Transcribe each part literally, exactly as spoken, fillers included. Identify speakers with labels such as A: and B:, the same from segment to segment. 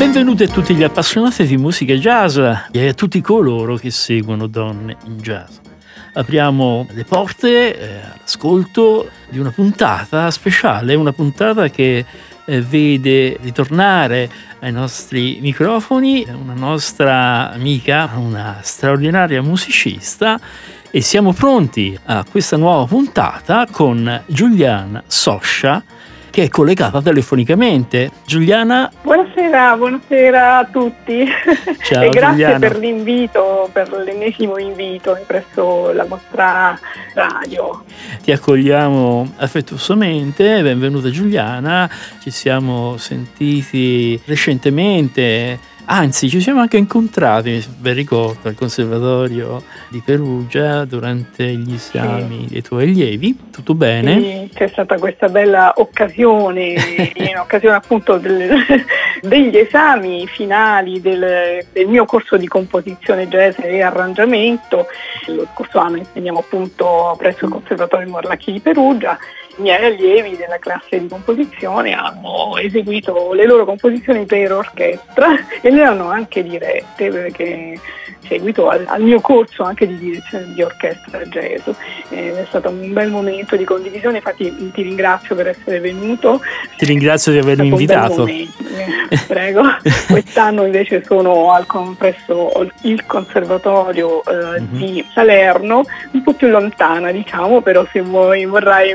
A: Benvenuti a tutti gli appassionati di musica jazz e a tutti coloro che seguono Donne in Jazz. Apriamo le porte eh, all'ascolto di una puntata speciale, una puntata che eh, vede ritornare ai nostri microfoni una nostra amica, una straordinaria musicista, e siamo pronti a questa nuova puntata con Giuliana Soscia, che è collegata telefonicamente. Giuliana?
B: Buonasera, buonasera a tutti.
A: Ciao,
B: e grazie
A: Giuliana.
B: per l'invito, per l'ennesimo invito presso la vostra radio.
A: Ti accogliamo affettuosamente, benvenuta Giuliana. Ci siamo sentiti recentemente, anzi ci siamo anche incontrati, ben ricordo, al Conservatorio di Perugia durante gli esami sì. dei tuoi allievi. Tutto bene?
B: Sì, c'è stata questa bella occasione, in occasione appunto del, degli esami finali del, del mio corso di composizione jazz e arrangiamento. Lo scorso anno insegniamo appunto presso il Conservatorio Morlacchi di Perugia. I miei allievi della classe di composizione hanno eseguito le loro composizioni per orchestra e le hanno anche dirette, perché seguito al, al mio corso anche di direzione di orchestra jazz. Eh, è stato un bel momento di condivisione, infatti ti ringrazio per essere venuto.
A: Ti ringrazio di avermi invitato.
B: Eh, prego. Quest'anno invece sono al presso il Conservatorio eh, mm-hmm. di Salerno, un po' più lontana diciamo, però se vuoi vorrai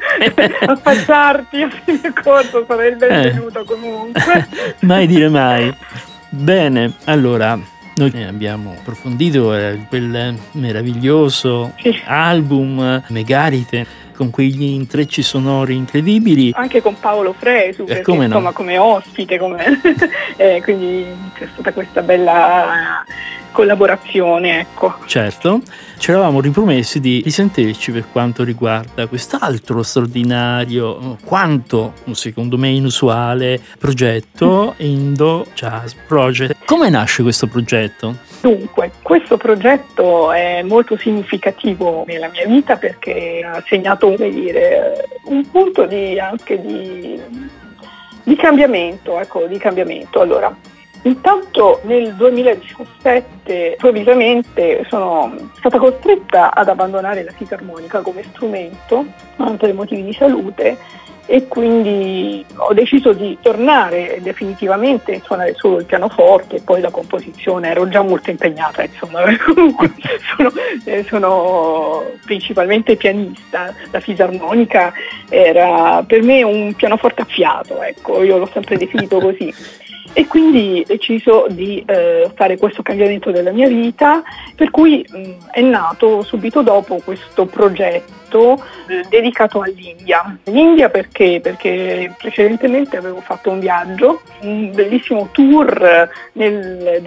B: affacciarti al mio corso sarai il benvenuto eh. comunque.
A: Mai dire mai. Bene, allora noi abbiamo approfondito quel meraviglioso sì. album Megarite con quegli intrecci sonori incredibili.
B: Anche con Paolo Fresu, perché,
A: come, no?
B: insomma, come ospite, come eh, quindi c'è stata questa bella collaborazione, ecco.
A: Certo, ci eravamo ripromessi di risentirci per quanto riguarda quest'altro straordinario, quanto secondo me inusuale progetto Indo Jazz Project. Come nasce questo progetto?
B: Dunque, questo progetto è molto significativo nella mia vita perché ha segnato, come dire, un punto di, anche di, di cambiamento, ecco, di cambiamento. Allora, intanto nel duemiladiciassette improvvisamente sono stata costretta ad abbandonare la fisarmonica come strumento per motivi di salute e quindi ho deciso di tornare definitivamente a suonare solo il pianoforte e poi la composizione. Ero già molto impegnata, insomma, comunque sono, eh, sono principalmente pianista. La fisarmonica era per me un pianoforte a fiato, ecco, io l'ho sempre definito così. E quindi ho deciso di eh, fare questo cambiamento della mia vita, per cui mh, è nato subito dopo questo progetto eh, dedicato all'India. L'India perché? Perché precedentemente avevo fatto un viaggio, un bellissimo tour nel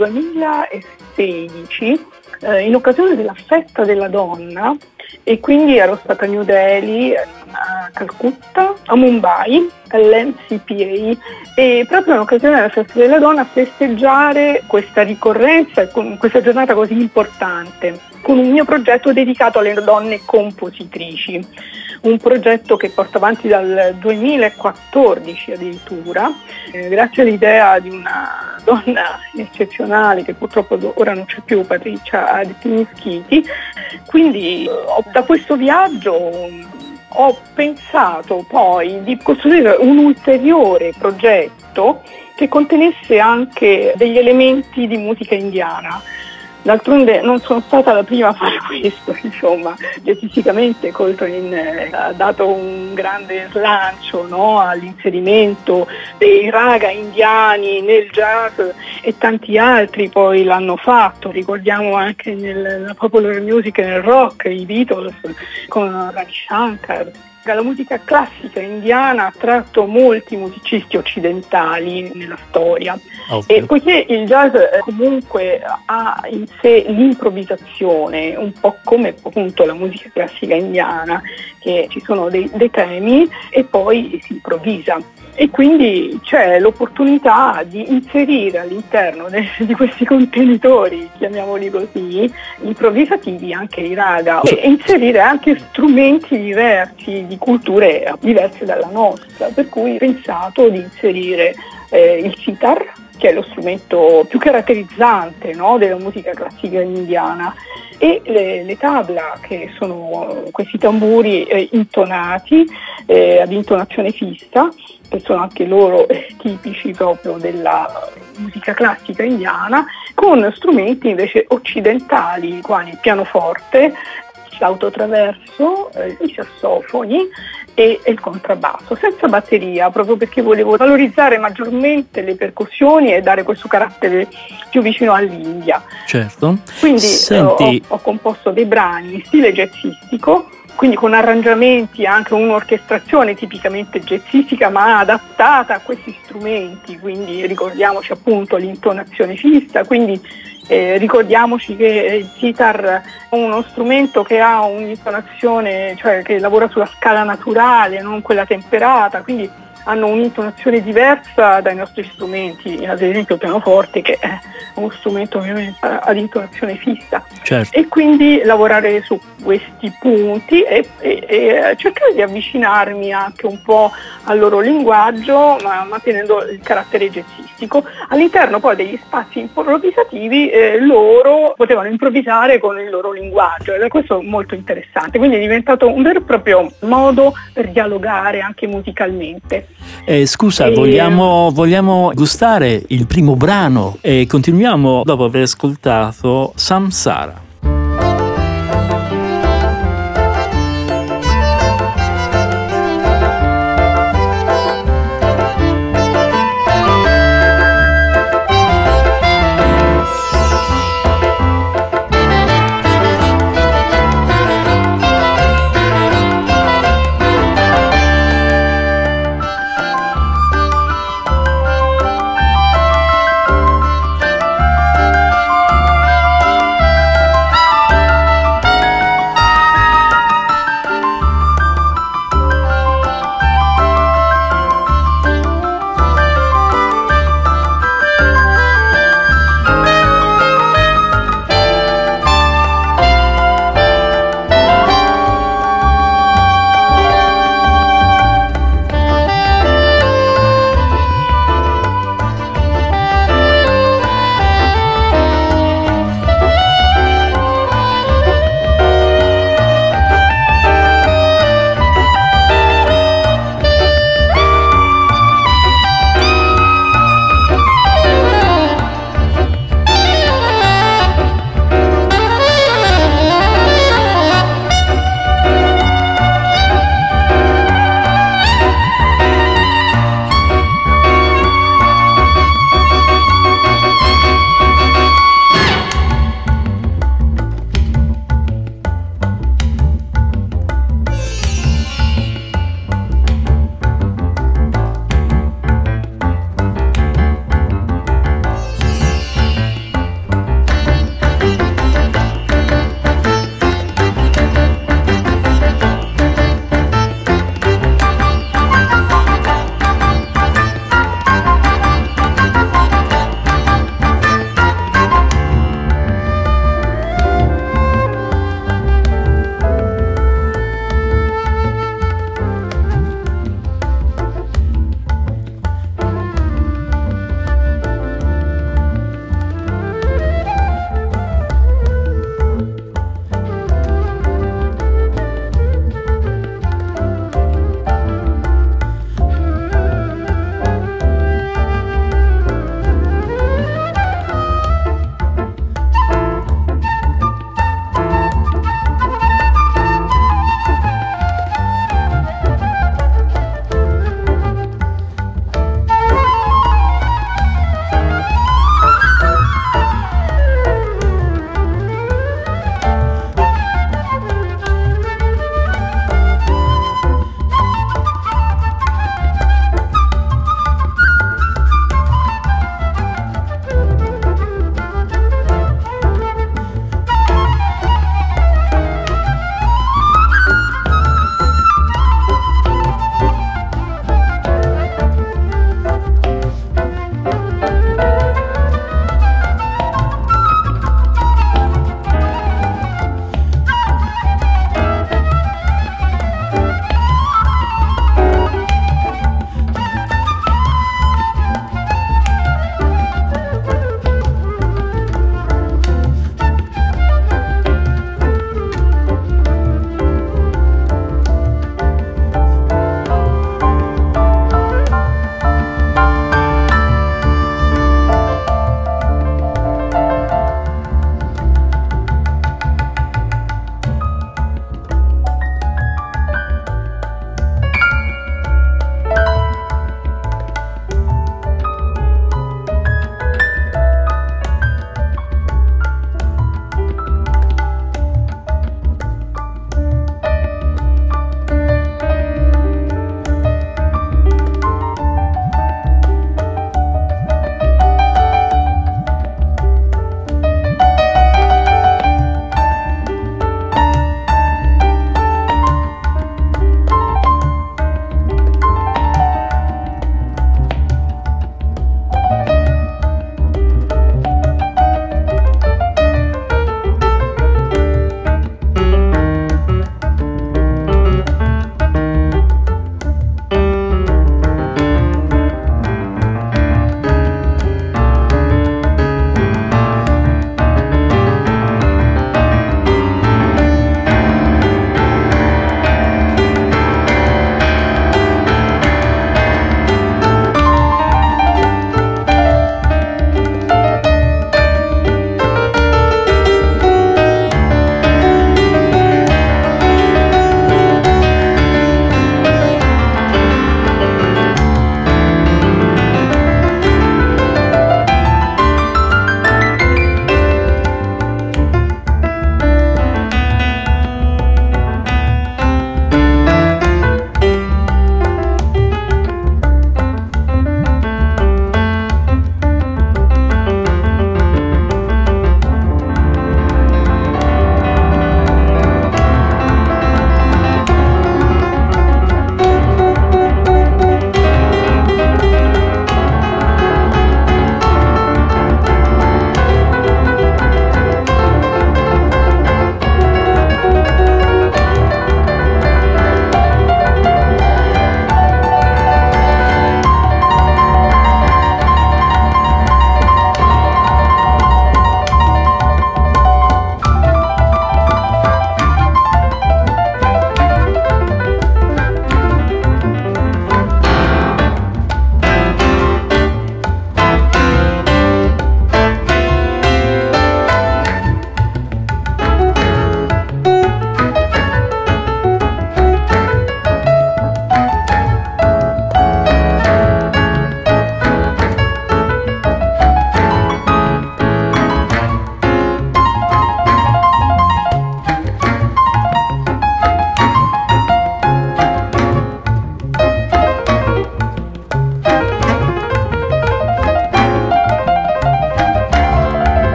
B: duemilasedici eh, in occasione della festa della donna, e quindi ero stata a New Delhi, a Calcutta, a Mumbai, all'M C P A, e proprio in occasione della festa della donna festeggiare questa ricorrenza, questa giornata così importante, con un mio progetto dedicato alle donne compositrici, un progetto che porto avanti dal duemilaquattordici addirittura, eh, grazie all'idea di una donna eccezionale che purtroppo ora non c'è più, Patricia Adetinischiti. Quindi da questo viaggio ho pensato poi di costruire un ulteriore progetto che contenesse anche degli elementi di musica indiana. D'altronde non sono stata la prima a fare questo, insomma, jazzisticamente Coltrane ha dato un grande slancio, no, all'inserimento dei raga indiani nel jazz e tanti altri poi l'hanno fatto. Ricordiamo anche nella popular music e nel rock, i Beatles con Ravi Shankar. La musica classica indiana ha attratto molti musicisti occidentali nella storia. Okay. E poiché il jazz comunque ha in sé l'improvvisazione, un po' come appunto la musica classica indiana, che ci sono dei, dei temi e poi si improvvisa. E quindi c'è l'opportunità di inserire all'interno de, di questi contenitori, chiamiamoli così, improvvisativi, anche i raga, e inserire anche strumenti diversi di culture diverse dalla nostra, per cui ho pensato di inserire eh, il sitar, che è lo strumento più caratterizzante, no, della musica classica indiana, e le, le tabla, che sono questi tamburi eh, intonati eh, ad intonazione fissa, che sono anche loro eh, tipici proprio della musica classica indiana, con strumenti invece occidentali quali il pianoforte, il flauto traverso, eh, i sassofoni e il contrabbasso, senza batteria, proprio perché volevo valorizzare maggiormente le percussioni e dare questo carattere più vicino all'India.
A: Certo.
B: Quindi
A: Senti...
B: eh, ho, ho composto dei brani in stile jazzistico, quindi con arrangiamenti, anche un'orchestrazione tipicamente jazzistica ma adattata a questi strumenti, quindi ricordiamoci appunto l'intonazione fissa, quindi eh, ricordiamoci che il sitar è uno strumento che ha un'intonazione, cioè che lavora sulla scala naturale, non quella temperata, quindi hanno un'intonazione diversa dai nostri strumenti, ad esempio il pianoforte, che è uno strumento ovviamente ad intonazione fissa.
A: Certo.
B: E quindi lavorare su questi punti e, e, e cercare di avvicinarmi anche un po' al loro linguaggio, ma mantenendo il carattere jazzistico. All'interno poi degli spazi improvvisativi eh, loro potevano improvvisare con il loro linguaggio, ed è questo molto interessante, quindi è diventato un vero e proprio modo per dialogare anche musicalmente.
A: Eh, scusa,
B: e...
A: vogliamo, vogliamo gustare il primo brano e continuiamo dopo aver ascoltato Samsara.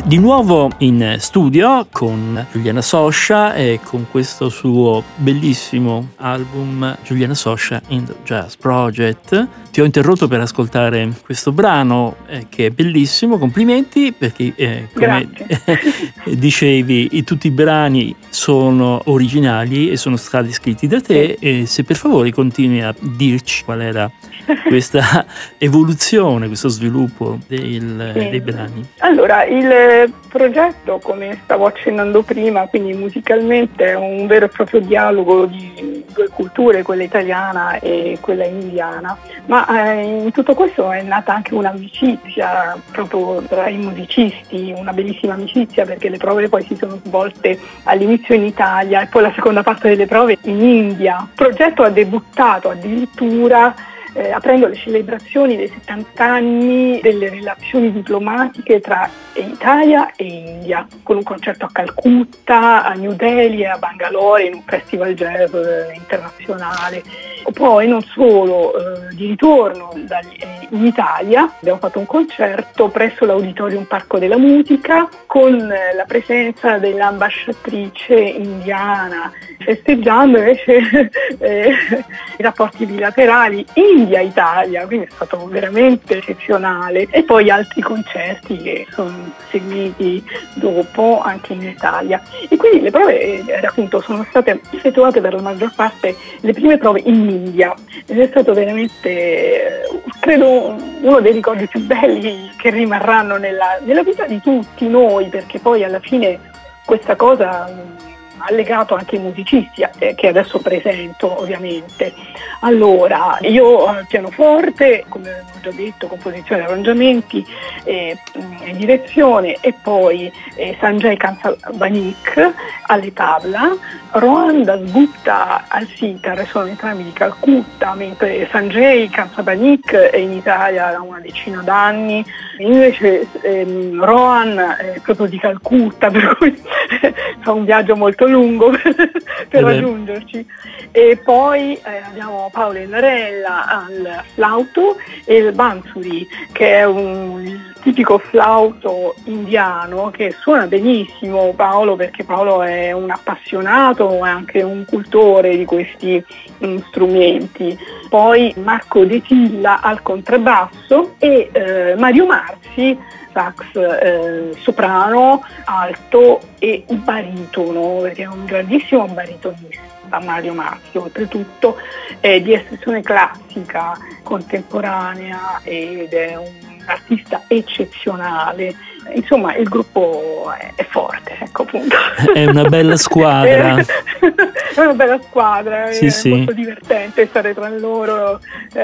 A: Di nuovo in studio con Giuliana Soscia e con questo suo bellissimo album Giuliana Soscia in the Jazz Project. Ti ho interrotto per ascoltare questo brano eh, che è bellissimo, complimenti, perché eh, come dicevi i, tutti i brani sono originali e sono stati scritti da te, e se per favore continui a dirci qual era questa evoluzione, questo sviluppo del, sì. dei brani.
B: Allora, il progetto, come stavo accennando prima, quindi musicalmente è un vero e proprio dialogo di due culture, quella italiana e quella indiana, ma eh, in tutto questo è nata anche un'amicizia proprio tra i musicisti, una bellissima amicizia, perché le prove poi si sono svolte all'inizio in Italia e poi la seconda parte delle prove in India. Il progetto ha debuttato addirittura Eh, aprendo le celebrazioni dei settanta anni delle relazioni diplomatiche tra Italia e India, con un concerto a Calcutta, a New Delhi e a Bangalore in un festival jazz eh, internazionale. Poi non solo, eh, di ritorno da, eh, in Italia abbiamo fatto un concerto presso l'Auditorium Parco della Musica con eh, la presenza dell'ambasciatrice indiana, festeggiando invece eh, i rapporti bilaterali India-Italia, quindi è stato veramente eccezionale. E poi altri concerti che sono seguiti dopo anche in Italia. E quindi le prove eh, appunto sono state effettuate per la maggior parte, le prime prove in India, ed è stato veramente, credo, uno dei ricordi più belli che rimarranno nella, nella vita di tutti noi, perché poi alla fine questa cosa ha legato anche i musicisti eh, che adesso presento ovviamente. Allora, io al pianoforte, come ho già detto, composizione e arrangiamenti eh, in direzione, e poi eh, Sanjay Kansabanik alle tabla, Rohan Dasgupta al sitar, sono entrambi di Calcutta, mentre Sanjay Kansabanik è in Italia da una decina d'anni, invece ehm, Rohan è proprio di Calcutta, per cui fa un viaggio molto lungo per, per raggiungerci. E poi eh, abbiamo Paolo Enarella al flauto e il bansuri, che è un tipico flauto indiano che suona benissimo. Paolo, perché Paolo è un appassionato e anche un cultore di questi um, strumenti. Poi Marco De Tilla al contrabbasso e eh, Mario Marzi sax eh, soprano, alto e baritono, perché è un grandissimo baritonista. Mario Marzi, oltretutto è di estrazione classica contemporanea ed è un artista eccezionale. Insomma, il gruppo è, è forte, ecco, appunto.
A: È una bella squadra.
B: È una bella squadra,
A: sì,
B: è
A: sì.
B: molto divertente stare tra loro,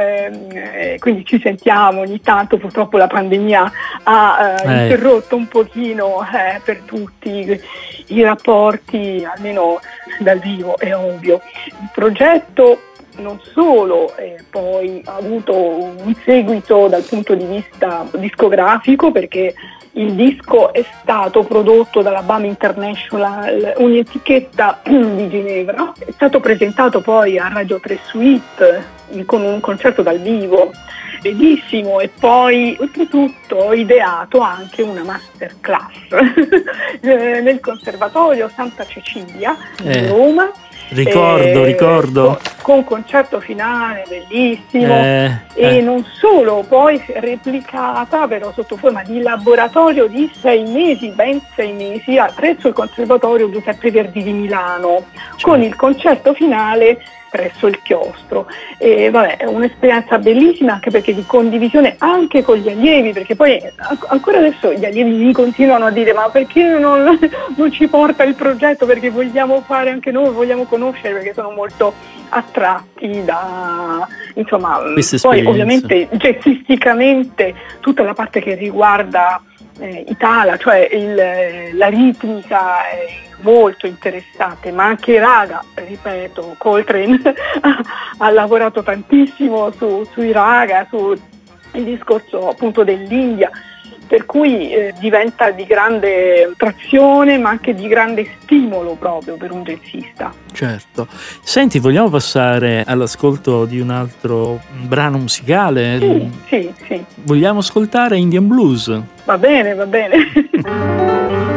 B: eh, quindi ci sentiamo ogni tanto. Purtroppo la pandemia ha eh, eh. interrotto un pochino eh, per tutti i rapporti, almeno dal vivo, è ovvio. Il progetto non solo eh, poi ha avuto un seguito dal punto di vista discografico, perché il disco è stato prodotto dalla B A M International, un'etichetta di Ginevra, è stato presentato poi a Radio tre Suite con un concerto dal vivo bellissimo, e poi oltretutto ho ideato anche una masterclass nel Conservatorio Santa Cecilia
A: eh.
B: di Roma.
A: Ricordo, eh, ricordo.
B: Con, con concerto finale bellissimo
A: eh,
B: e
A: eh.
B: non solo, poi replicata però sotto forma di laboratorio di sei mesi, ben sei mesi, presso il Conservatorio Giuseppe Verdi di Milano, cioè. Con il concerto finale presso il chiostro. E vabbè, è un'esperienza bellissima, anche perché di condivisione anche con gli allievi, perché poi ancora adesso gli allievi mi continuano a dire: ma perché non, non ci porta il progetto, perché vogliamo fare anche noi, vogliamo conoscere, perché sono molto attratti da, insomma, poi ovviamente jazzisticamente tutta la parte che riguarda eh, Itala, cioè il, la ritmica è molto interessante, ma anche Raga, ripeto, Coltrane ha lavorato tantissimo su, sui Raga, sul discorso appunto dell'India, per cui eh, diventa di grande trazione, ma anche di grande stimolo proprio per un jazzista.
A: Certo. Senti, vogliamo passare all'ascolto di un altro brano musicale?
B: Sì, sì, sì.
A: Vogliamo ascoltare Indian Blues?
B: Va bene, va bene.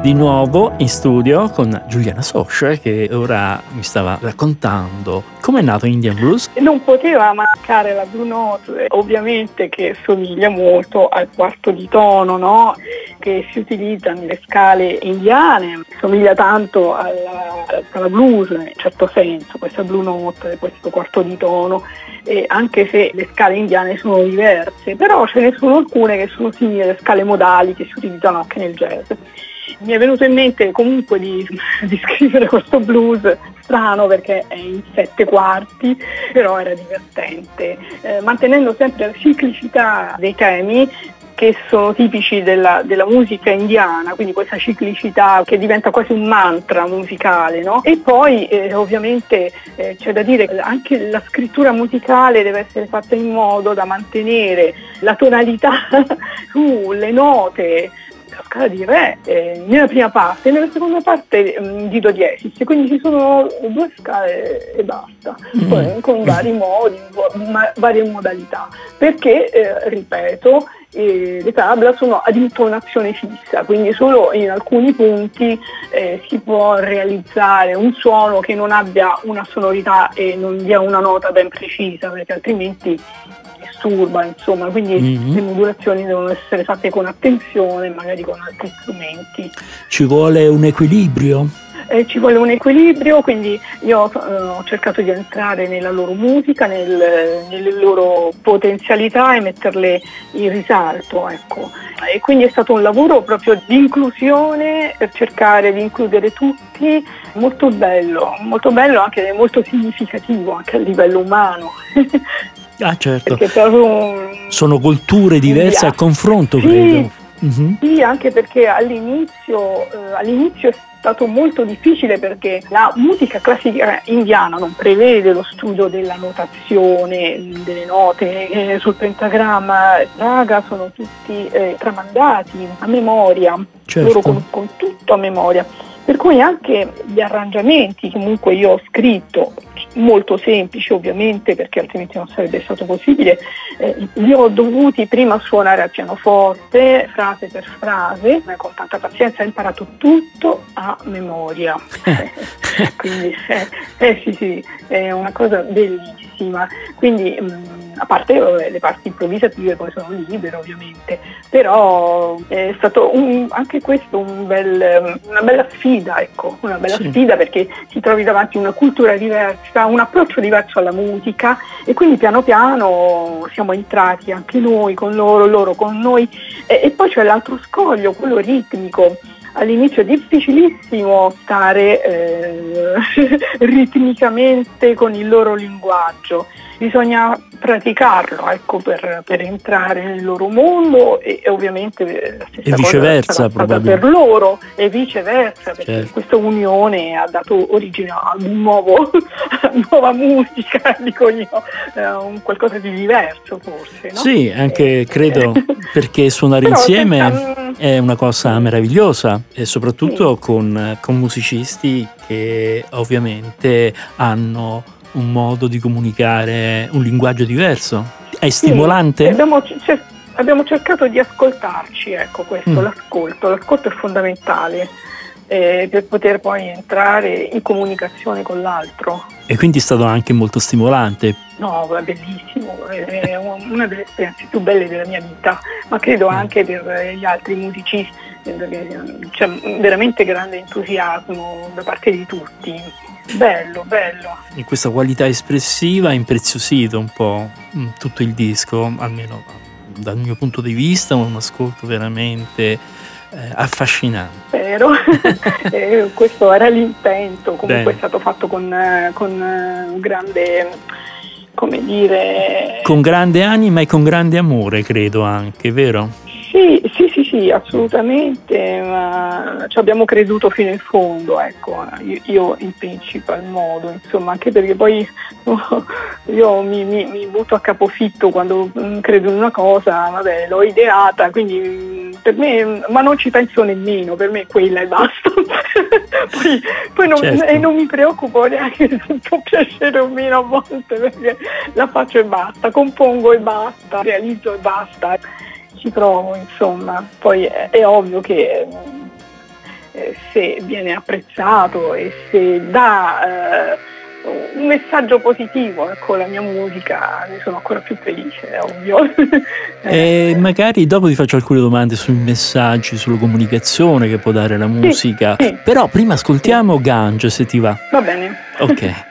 A: Di nuovo in studio con Giuliana Soscia, che ora mi stava raccontando come è nato Indian Blues.
B: Non poteva mancare la Blue Note, ovviamente, che somiglia molto al quarto di tono, no? Che si utilizza nelle scale indiane, somiglia tanto alla, alla scala blues in certo senso, questa Blue Note, questo quarto di tono, e anche se le scale indiane sono diverse, però ce ne sono alcune che sono simili alle scale modali che si utilizzano anche nel jazz. Mi è venuto in mente comunque di, di scrivere questo blues strano perché è in sette quarti, però era divertente, eh, mantenendo sempre la ciclicità dei temi che sono tipici della, della musica indiana, quindi questa ciclicità che diventa quasi un mantra musicale, no? E poi eh, ovviamente eh, c'è da dire che anche la scrittura musicale deve essere fatta in modo da mantenere la tonalità sulle note, la scala di re eh, nella prima parte e nella seconda parte mh, di do diesis, quindi ci sono due scale e basta, mm. con, con vari modi, ma, varie modalità, perché eh, ripeto, eh, le tabla sono ad intonazione fissa, quindi solo in alcuni punti eh, si può realizzare un suono che non abbia una sonorità e non dia una nota ben precisa, perché altrimenti disturba, insomma, quindi mm-hmm. le modulazioni devono essere fatte con attenzione, magari con altri strumenti.
A: Ci vuole un equilibrio?
B: Eh, ci vuole un equilibrio, quindi io eh, ho cercato di entrare nella loro musica, nel, nelle loro potenzialità e metterle in risalto, ecco. E quindi è stato un lavoro proprio di inclusione per cercare di includere tutti, molto bello, molto bello, anche molto significativo anche a livello umano.
A: Ah, certo.
B: Un...
A: Sono culture diverse al confronto,
B: sì,
A: credo. Mm-hmm.
B: Sì, anche perché all'inizio, eh, all'inizio è stato molto difficile perché la musica classica indiana non prevede lo studio della notazione delle note eh, sul pentagramma. Raga sono tutti eh, tramandati a memoria,
A: certo.
B: Loro conoscono tutto a memoria. Per cui anche gli arrangiamenti, comunque io ho scritto, molto semplici ovviamente perché altrimenti non sarebbe stato possibile, eh, li ho dovuti prima suonare al pianoforte, frase per frase, con tanta pazienza ho imparato tutto a memoria. Quindi eh, eh, sì sì, è una cosa bellissima. Quindi mh, a parte eh, le parti improvvisative poi sono libere ovviamente, però è stato un, anche questo un bel, una bella sfida, ecco, una bella sì. sfida perché ti trovi davanti a una cultura diversa, un approccio diverso alla musica e quindi piano piano siamo entrati anche noi con loro, loro con noi e, e poi c'è l'altro scoglio, quello ritmico. All'inizio è difficilissimo stare eh, ritmicamente con il loro linguaggio, bisogna praticarlo, ecco, per, per entrare nel loro mondo e, e ovviamente la stessa
A: e viceversa
B: cosa probabilmente per loro e viceversa, perché certo. questa unione ha dato origine a un nuovo, nuova musica, dico io, eh, un qualcosa di diverso forse, no?
A: Sì, anche
B: eh,
A: credo perché suonare insieme senza... è una cosa meravigliosa e soprattutto sì. con, con musicisti che ovviamente hanno un modo di comunicare, un linguaggio diverso. È stimolante?
B: Sì, abbiamo, cer- abbiamo cercato di ascoltarci, ecco questo, mm. l'ascolto. L'ascolto è fondamentale eh, per poter poi entrare in comunicazione con l'altro.
A: E quindi è stato anche molto stimolante?
B: No, è bellissimo, è una delle esperienze più belle della mia vita, ma credo anche per gli altri musicisti, perché c'è veramente grande entusiasmo da parte di tutti. Bello, bello.
A: In questa qualità espressiva ha impreziosito un po' tutto il disco, almeno dal mio punto di vista, un ascolto veramente eh, affascinante.
B: Spero, eh, questo era l'intento, comunque Bene. È stato fatto con, con un grande, come dire...
A: Con grande anima e con grande amore, credo anche, vero?
B: Sì, sì, sì, sì, assolutamente, ma ci abbiamo creduto fino in fondo, ecco, io, io in principal modo, insomma, anche perché poi no, io mi, mi, mi butto a capofitto quando credo in una cosa, vabbè, l'ho ideata, quindi per me, ma non ci penso nemmeno, per me quella e basta. poi poi non, certo. e non mi preoccupo neanche se può piacere o meno a volte, perché la faccio e basta, compongo e basta, realizzo e basta. Ci provo, insomma, poi è, è ovvio che eh, se viene apprezzato e se dà eh, un messaggio positivo, ecco, la mia musica, ne sono ancora più felice, è ovvio.
A: E magari dopo ti faccio alcune domande sui messaggi, sulla comunicazione che può dare la musica,
B: sì, sì.
A: Però prima ascoltiamo Gange, se ti va.
B: Va bene.
A: Ok.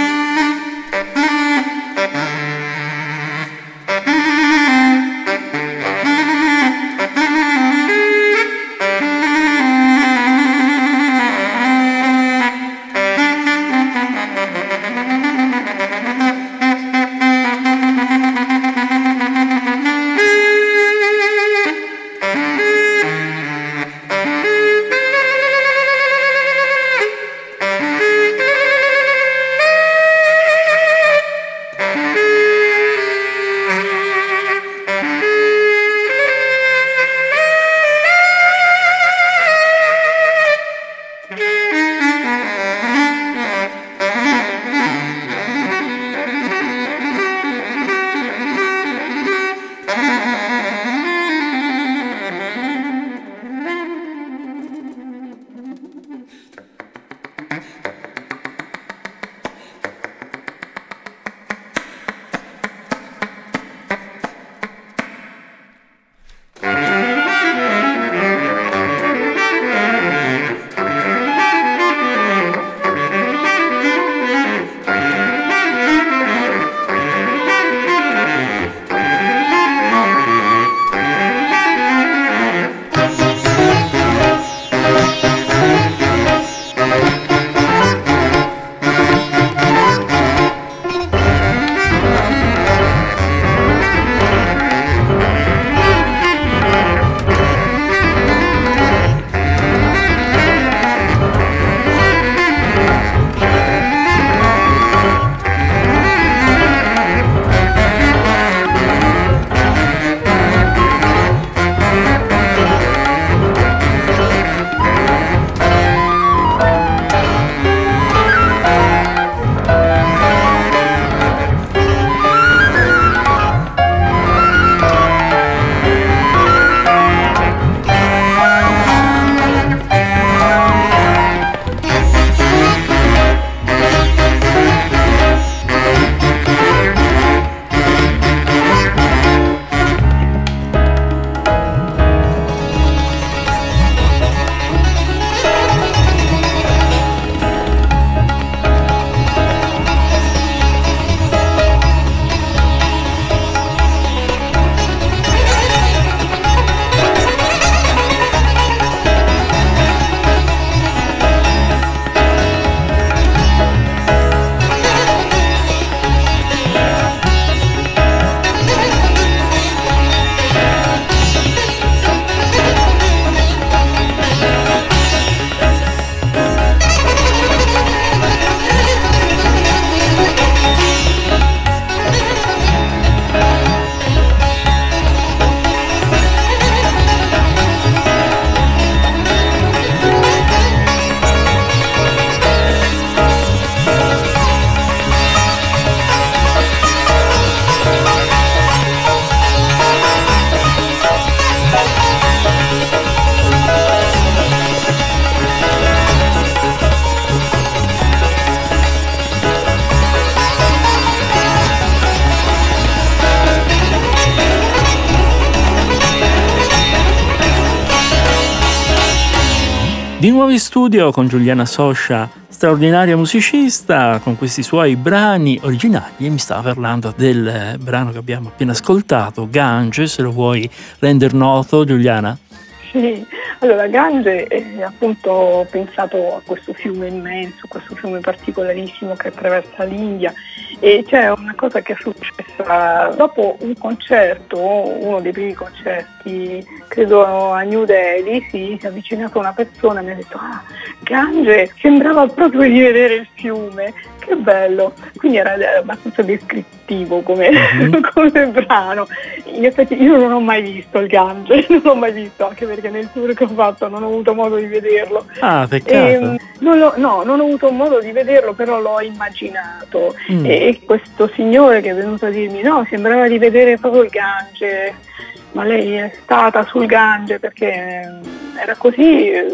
A: Di nuovo in studio con Giuliana Soscia, straordinaria musicista, con questi suoi brani originali, e mi stava parlando del brano che abbiamo appena ascoltato, Gange. Se lo vuoi rendere noto, Giuliana?
B: Sì, allora Gange è appunto ho pensato a questo fiume immenso, questo fiume particolarissimo che attraversa l'India, e c'è una cosa che è successa dopo un concerto, uno dei primi concerti, credo a New Delhi, sì, si è avvicinato una persona e mi ha detto ah, Gange, sembrava proprio di vedere il fiume, che bello, quindi era abbastanza descrittivo come, mm-hmm. come brano. In effetti io non ho mai visto il Gange, non l'ho mai visto, anche perché nel tour che ho fatto non ho avuto modo di vederlo.
A: Ah, peccato.
B: E, non lo, no, non ho avuto modo di vederlo, però l'ho immaginato. Mm. E questo signore che è venuto a dirmi no, sembrava di vedere proprio il Gange, ma lei è stata sul Gange perché era così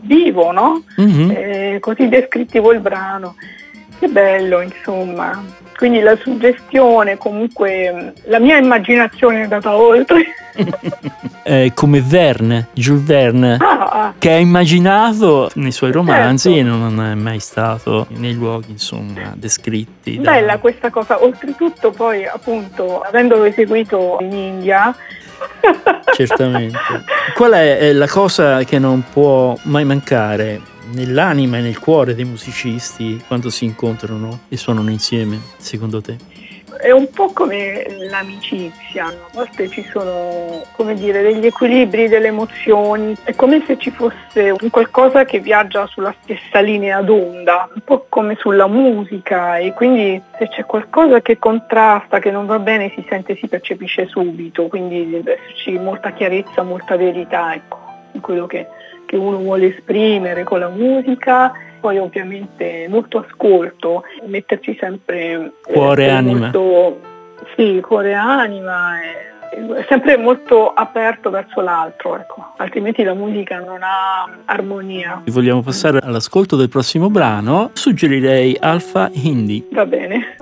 B: vivo, no?
A: Mhm.
B: Eh, così descrittivo il brano. Che bello, insomma. Quindi la suggestione, comunque, la mia immaginazione è andata oltre.
A: È come Verne, Jules Verne,
B: Ah, ah.
A: che ha immaginato nei suoi romanzi
B: Certo.
A: e non è mai stato nei luoghi, insomma, descritti. da-
B: Bella questa cosa, oltretutto poi appunto avendolo eseguito in India.
A: Certamente. Qual è eh, la cosa che non può mai mancare nell'anima e nel cuore dei musicisti quando si incontrano e suonano insieme, secondo te?
B: È un po' come l'amicizia, a volte ci sono, come dire, degli equilibri, delle emozioni, è come se ci fosse un qualcosa che viaggia sulla stessa linea d'onda, un po' come sulla musica, e quindi se c'è qualcosa che contrasta, che non va bene, si sente, si percepisce subito, quindi deve esserci molta chiarezza, molta verità, ecco, in quello che, che uno vuole esprimere con la musica. Poi ovviamente molto ascolto, metterci sempre
A: Cuore e
B: eh,
A: anima.
B: molto, sì, cuore e anima, è sempre molto aperto verso l'altro, ecco. Altrimenti la musica non ha armonia.
A: Vogliamo passare all'ascolto del prossimo brano? Suggerirei Alpha Hindi.
B: Va bene.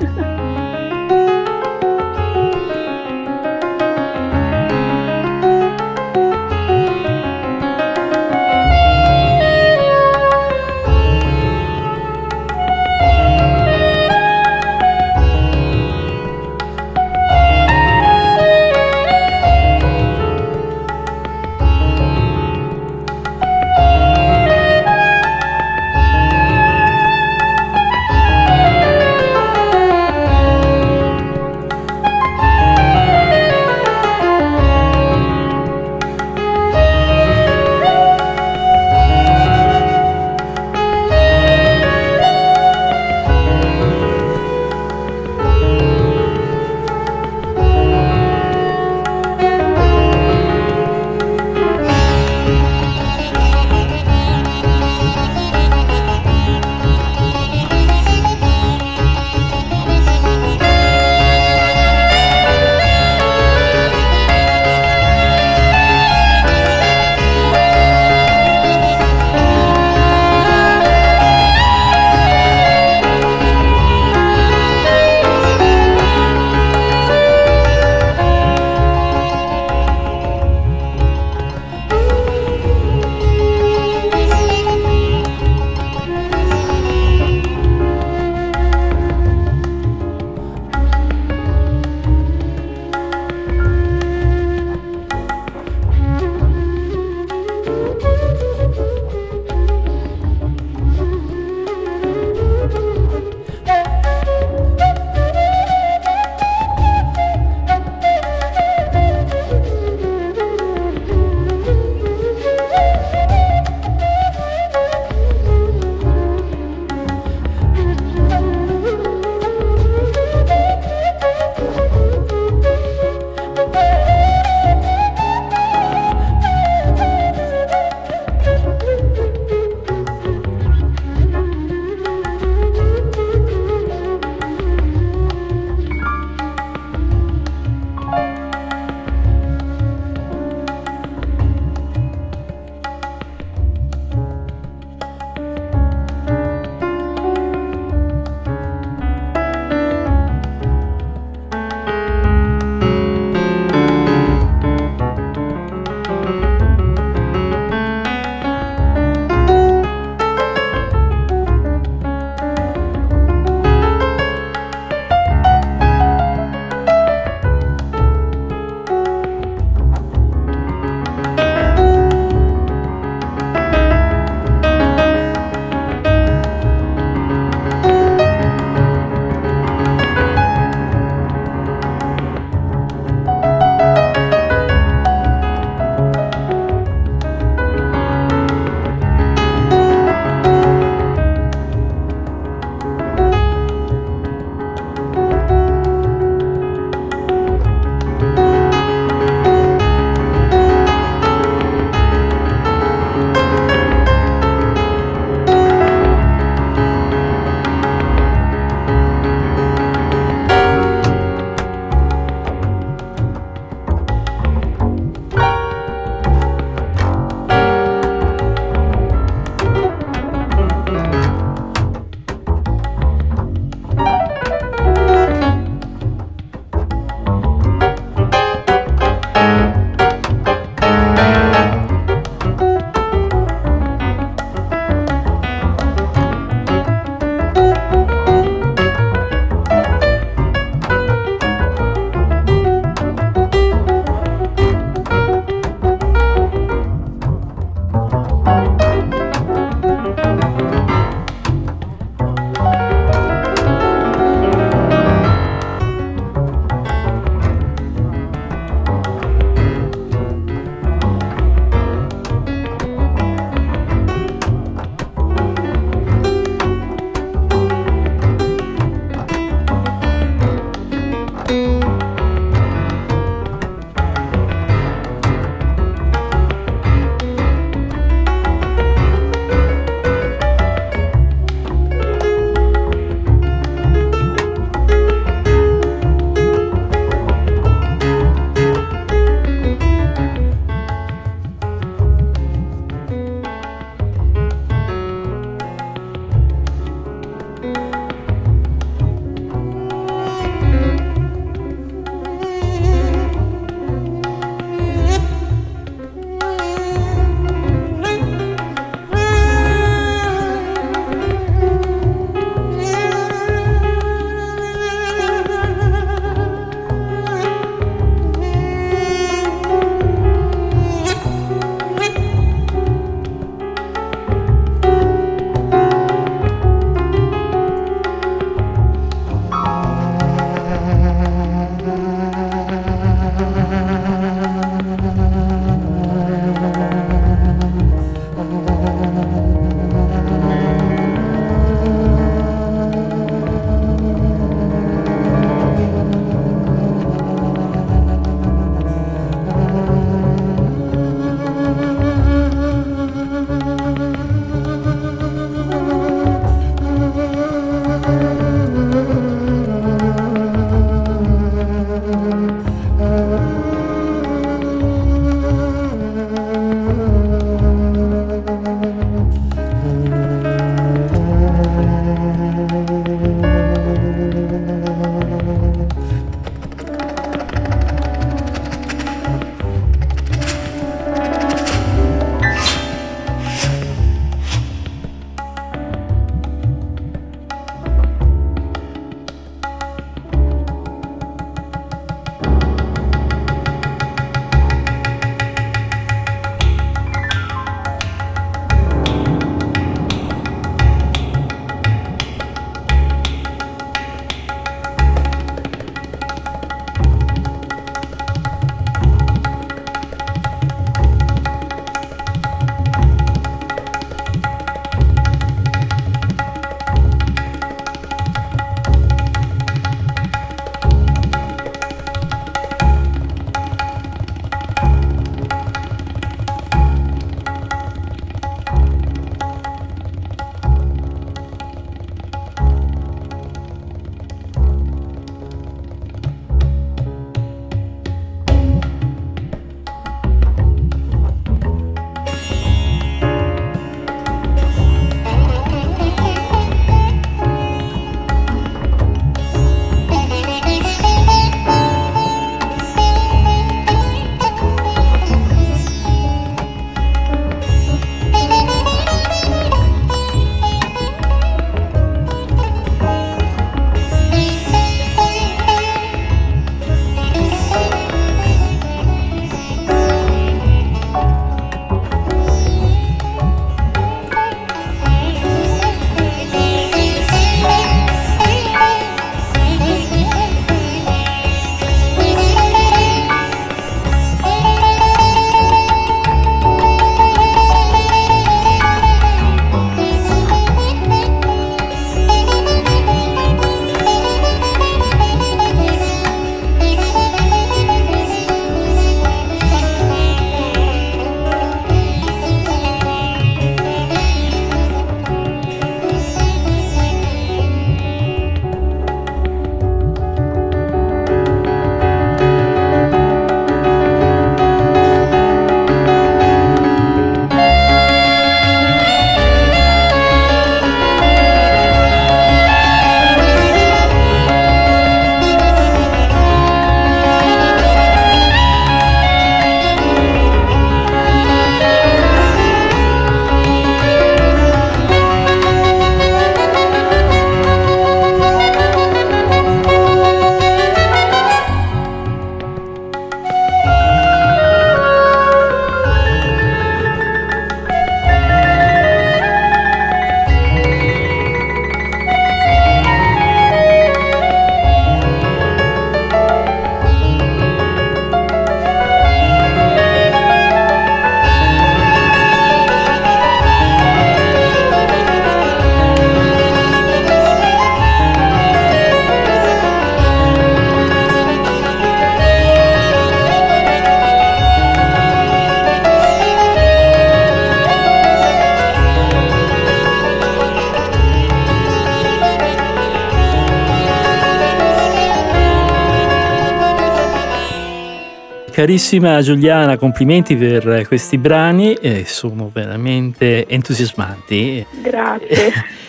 A: Carissima Giuliana, complimenti per questi brani, eh, sono veramente entusiasmanti.
B: Grazie.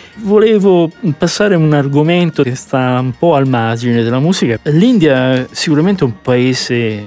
A: Volevo passare a un argomento che sta un po' al margine della musica. L'India è sicuramente un paese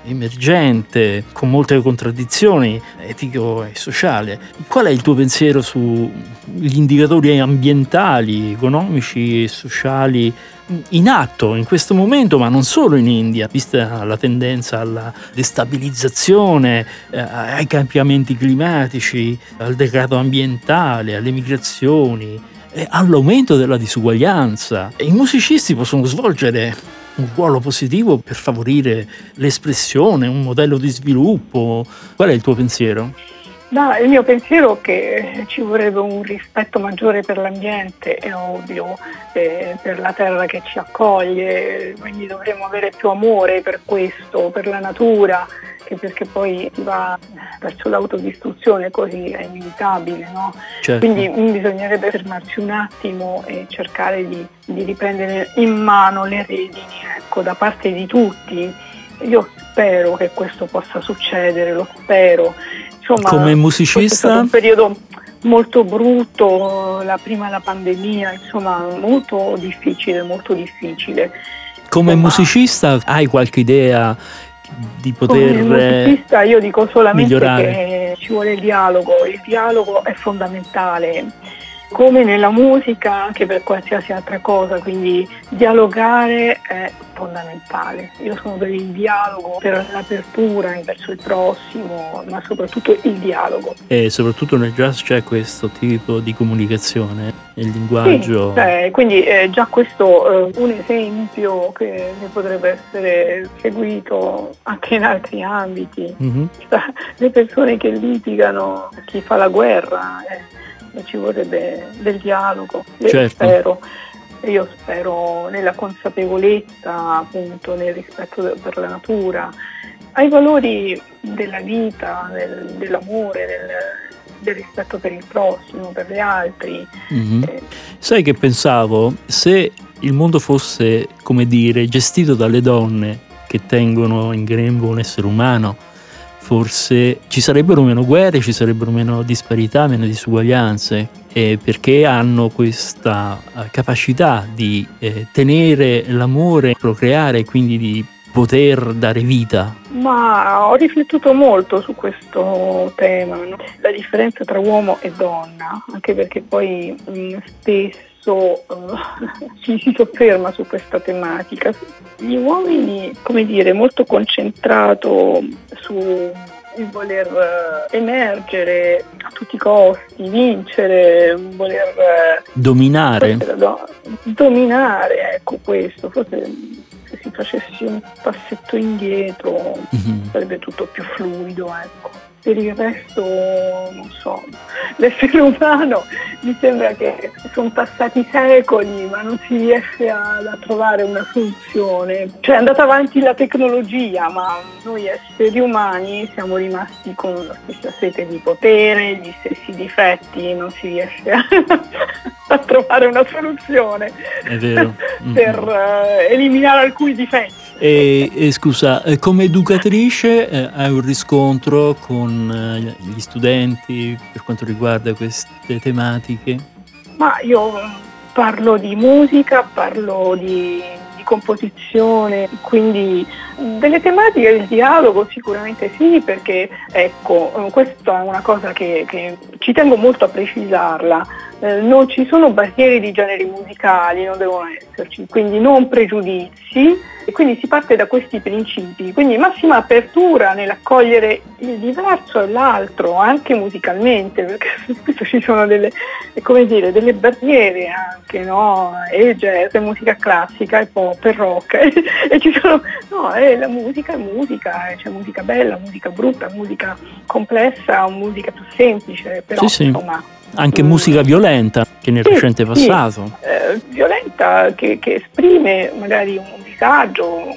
A: emergente, con molte contraddizioni etico e sociale. Qual è il tuo pensiero sugli indicatori ambientali, economici e sociali in atto in questo momento, ma non solo in India, vista la tendenza alla destabilizzazione, eh, ai cambiamenti climatici, al degrado ambientale, alle migrazioni, eh, all'aumento della disuguaglianza? E i musicisti possono svolgere un ruolo positivo per favorire l'espressione, un modello di sviluppo. Qual è il tuo pensiero?
B: No, il mio pensiero è che ci vorrebbe un rispetto maggiore per l'ambiente, è ovvio, eh, per la terra che ci accoglie, quindi dovremmo avere più amore per questo, per la natura, che perché poi si va verso l'autodistruzione, così è inevitabile, no?
A: Certo.
B: Quindi bisognerebbe fermarsi un attimo e cercare di, di riprendere in mano le redini, ecco, da parte di tutti. Io spero che questo possa succedere, lo spero. Insomma,
A: come musicista?
B: È stato un periodo molto brutto, la prima la pandemia, insomma molto difficile, molto difficile.
A: Come
B: insomma,
A: musicista hai qualche idea di poter
B: come musicista io dico solamente
A: migliorare?
B: Che ci vuole il dialogo, il dialogo è fondamentale. Come nella musica, anche per qualsiasi altra cosa, quindi dialogare è fondamentale. Io sono per il dialogo, per l'apertura verso il prossimo, ma soprattutto il dialogo.
A: E soprattutto nel jazz c'è questo tipo di comunicazione, il linguaggio.
B: Sì, cioè, quindi eh, già questo è un esempio che, che potrebbe essere seguito anche in altri ambiti.
A: Mm-hmm.
B: Le persone che litigano, chi fa la guerra, eh, ci vorrebbe del dialogo.
A: Certo.
B: Io spero, io spero nella consapevolezza, appunto, nel rispetto per la natura, ai valori della vita, del, dell'amore, del, del rispetto per il prossimo, per gli altri.
A: Mm-hmm.
B: Eh,
A: Sai che pensavo, se il mondo fosse, come dire, gestito dalle donne che tengono in grembo un essere umano, forse ci sarebbero meno guerre, ci sarebbero meno disparità, meno disuguaglianze, eh, perché hanno questa capacità di eh, tenere l'amore, procreare, quindi di poter dare vita.
B: Ma ho riflettuto molto su questo tema, no? La differenza tra uomo e donna, anche perché poi mh, spesso uh, ci si sofferma su questa tematica. Gli uomini, come dire, molto concentrato su il voler uh, emergere a tutti i costi, vincere, voler uh,
A: dominare.
B: Do- dominare, ecco questo, forse se si facesse un passetto indietro mm-hmm. sarebbe tutto più fluido, ecco. Per il resto non so, l'essere umano mi sembra che sono passati secoli ma non si riesce a, a trovare una soluzione. Cioè è andata avanti la tecnologia, ma noi esseri umani siamo rimasti con la stessa sete di potere, gli stessi difetti, non si riesce a, a trovare una soluzione.
A: È vero. Mm-hmm.
B: per uh, eliminare alcuni difetti.
A: E, e scusa, come educatrice eh, hai un riscontro con eh, gli studenti per quanto riguarda queste tematiche?
B: Ma io parlo di musica, parlo di, di composizione, quindi delle tematiche del dialogo sicuramente sì, perché ecco, questa è una cosa che, che ci tengo molto a precisarla. Eh, non ci sono barriere di generi musicali, non devono esserci, quindi non pregiudizi, e quindi si parte da questi principi, quindi massima apertura nell'accogliere il diverso e l'altro, anche musicalmente, perché spesso ci sono delle, come dire, delle barriere anche, no? E jazz, e musica classica, e pop, e rock, e, e ci sono, no, e la musica è musica, c'è musica bella, musica brutta, musica complessa, musica più semplice, però
A: sì, sì.
B: insomma...
A: Anche musica violenta, che nel
B: sì,
A: recente passato.
B: Sì, eh, violenta, che, che esprime magari un disagio,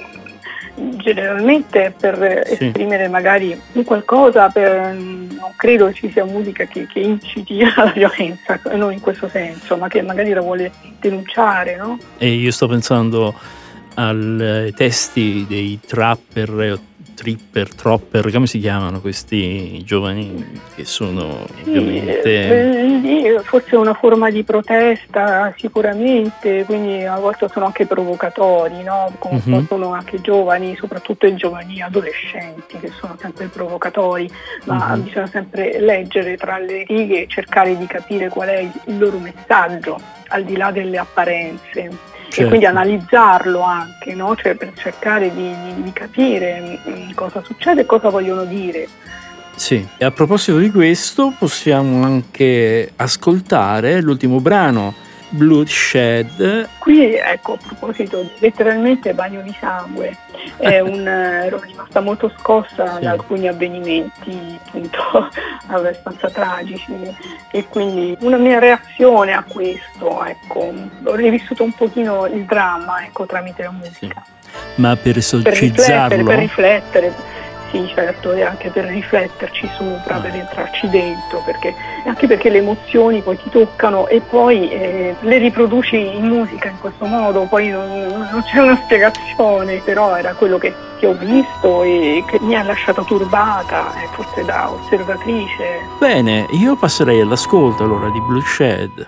B: generalmente per sì. esprimere magari un qualcosa, per, non credo ci sia musica che, che inciti alla violenza, non in questo senso, ma che magari la vuole denunciare, no?
A: E io sto pensando ai testi dei trapper tripper, tropper, come si chiamano questi giovani che sono
B: Sì,
A: ovviamente...
B: eh, lì forse è una forma di protesta sicuramente, quindi a volte sono anche provocatori, no? Come
A: Mhm.
B: sono anche giovani, soprattutto i giovani adolescenti che sono sempre provocatori, ma
A: Mhm.
B: bisogna sempre leggere tra le righe e cercare di capire qual è il loro messaggio, al di là delle apparenze. E
A: Certo.
B: quindi analizzarlo anche, no? Cioè per cercare di, di- di capire mm, cosa succede e cosa vogliono dire.
A: Sì, e a proposito di questo possiamo anche ascoltare l'ultimo brano, Bloodshed.
B: Qui, ecco, a proposito, letteralmente bagno di sangue, è un, ero rimasta molto scossa
A: Sì.
B: da alcuni avvenimenti appunto abbastanza tragici e quindi una mia reazione a questo, ecco, ho rivissuto un pochino il dramma, ecco, tramite la musica.
A: Ma per
B: Per riflettere,
A: esorcizzarlo?
B: per riflettere, sì certo, e anche per rifletterci sopra,
A: Ah.
B: per entrarci dentro, perché, anche perché le emozioni poi ti toccano e poi eh, le riproduci in musica in questo modo, poi non, non c'è una spiegazione, però era quello che, che ho visto e che mi ha lasciato turbata, eh, forse da osservatrice.
A: Bene, io passerei all'ascolto allora di Bloodshed.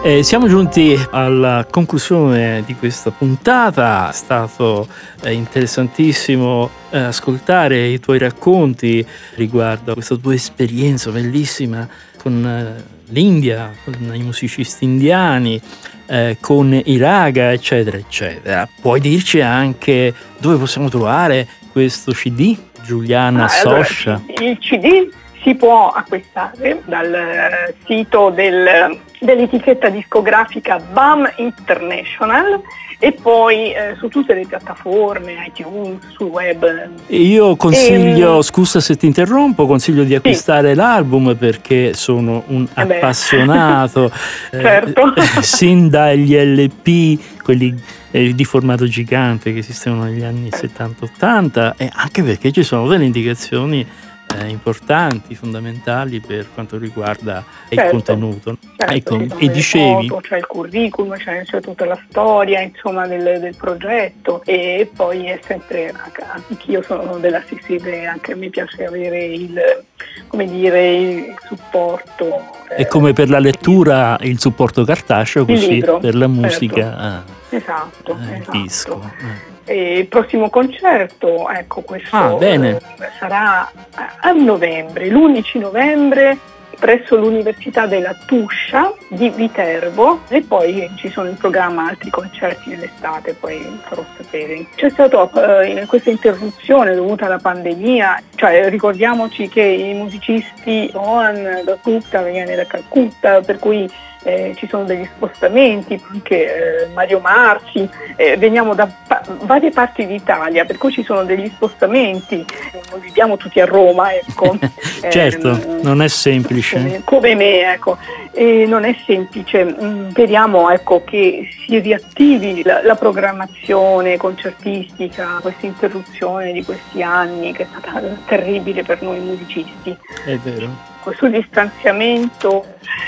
A: Eh, siamo giunti alla conclusione di questa puntata. È stato eh, interessantissimo eh, ascoltare i tuoi racconti riguardo a questa tua esperienza bellissima con eh, l'India, con i musicisti indiani, eh, con i raga, eccetera, eccetera. Puoi dirci anche dove possiamo trovare questo C D, Giuliana
B: ah,
A: Soscia?
B: Allora, il C D si può acquistare dal eh, sito del, dell'etichetta discografica B A M International e poi eh, su tutte le piattaforme, iTunes, sul web.
A: Io consiglio,
B: e,
A: scusa se ti interrompo, consiglio di acquistare sì. l'album perché sono un eh appassionato,
B: certo.
A: eh, sin dagli L P, quelli eh, di formato gigante che esistevano negli anni certo. settanta ottanta, e anche perché ci sono delle indicazioni Eh, importanti, fondamentali per quanto riguarda
B: certo,
A: il contenuto.
B: Certo,
A: ecco,
B: e
A: dicevi
B: foto, c'è il curriculum, c'è, c'è tutta la storia, insomma, del, del progetto, e poi è sempre, anch'io sono della stessa idea, anche a me piace avere il, come dire, il supporto.
A: E come per la lettura il supporto cartaceo, così
B: libro,
A: per la musica
B: certo. ah, esatto,
A: eh,
B: esatto.
A: il disco. Eh.
B: E il prossimo concerto, ecco, questo
A: ah, bene.
B: Eh, sarà a novembre, l'undici novembre, presso l'Università della Tuscia di Viterbo, e poi ci sono in programma altri concerti nell'estate, poi farò sapere. C'è stata eh, questa interruzione dovuta alla pandemia, cioè ricordiamoci che i musicisti Sohan da Calcutta vengono da Calcutta, per cui Eh, ci sono degli spostamenti, anche eh, Mario Marzi, eh, veniamo da pa- varie parti d'Italia, per cui ci sono degli spostamenti, non viviamo tutti a Roma, ecco.
A: certo,
B: eh,
A: non è semplice.
B: Come, come me, ecco, e non è semplice. Mm, speriamo ecco, che si riattivi la, la programmazione concertistica, questa interruzione di questi anni che è stata terribile per noi musicisti.
A: È vero.
B: Questo distanziamento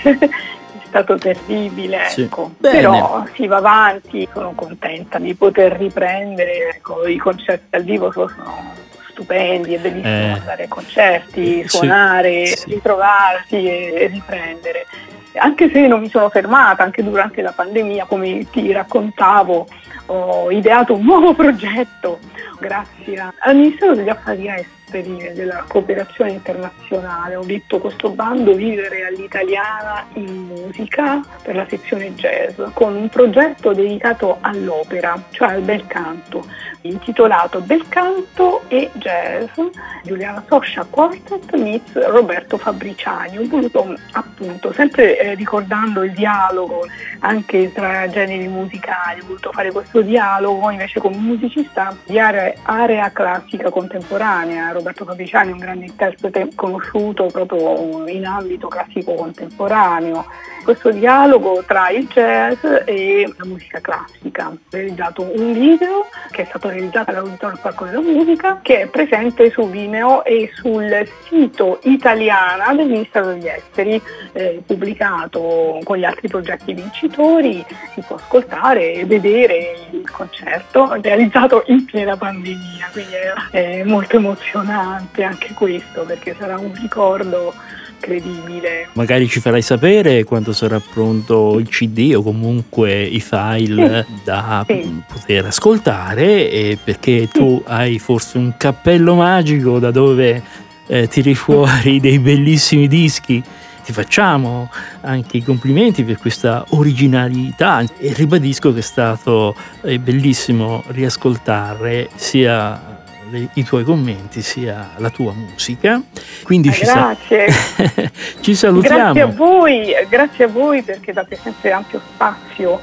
B: è stato terribile,
A: sì.
B: ecco. Però si va avanti, sono contenta di poter riprendere, ecco, i concerti dal vivo sono stupendi, è bellissimo eh. andare ai concerti, suonare, sì. ritrovarsi e, e riprendere. Anche se non mi sono fermata, anche durante la pandemia, come ti raccontavo, ho ideato un nuovo progetto grazie al Ministero degli Affari Esteri e della Cooperazione Internazionale. Ho vinto questo bando Vivere all'Italiana in musica per la sezione jazz, con un progetto dedicato all'opera, cioè al bel canto, intitolato Bel canto e jazz, Giuliana Soscia Quartet meets Roberto Fabbriciani. Ho voluto appunto, sempre eh, ricordando il dialogo anche tra generi musicali, ho voluto fare questo dialogo invece come musicista di area, area classica contemporanea. Roberto Fabbriciani è un grande interprete conosciuto proprio in ambito classico contemporaneo. Questo dialogo tra il jazz e la musica classica. Ho realizzato un video che è stato realizzato all'Auditorio Parco della Musica, che è presente su Vimeo e sul sito Italiana del Ministero degli Esteri, eh, pubblicato con gli altri progetti vincitori. Si può ascoltare e vedere il concerto realizzato in piena pandemia, quindi è, è molto emozionante anche questo, perché sarà un ricordo incredibile.
A: Magari ci farai sapere quando sarà pronto il C D o comunque i file sì. da sì. poter ascoltare, e perché tu sì. hai forse un cappello magico da dove eh, tiri fuori dei bellissimi dischi. Ti facciamo anche i complimenti per questa originalità e ribadisco che è stato eh, bellissimo riascoltare sia i tuoi commenti sia la tua musica, quindi ci,
B: grazie.
A: Sa- ci salutiamo.
B: Grazie a voi, grazie a voi perché date sempre ampio spazio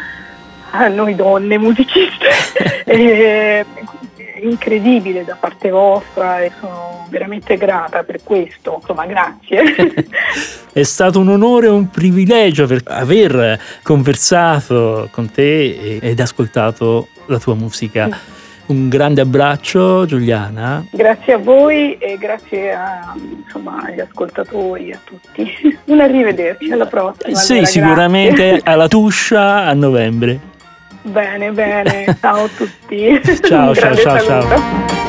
B: a noi donne musiciste. È incredibile da parte vostra e sono veramente grata per questo, insomma grazie.
A: È stato un onore e un privilegio per aver conversato con te ed ascoltato la tua musica. Sì. Un grande abbraccio Giuliana.
B: Grazie a voi e grazie a, insomma, agli ascoltatori, a tutti. Un arrivederci, alla prossima.
A: Sì,
B: allora,
A: sicuramente
B: grazie.
A: Alla Tuscia a novembre.
B: Bene, bene, ciao a tutti.
A: Ciao, ciao, ciao, ciao.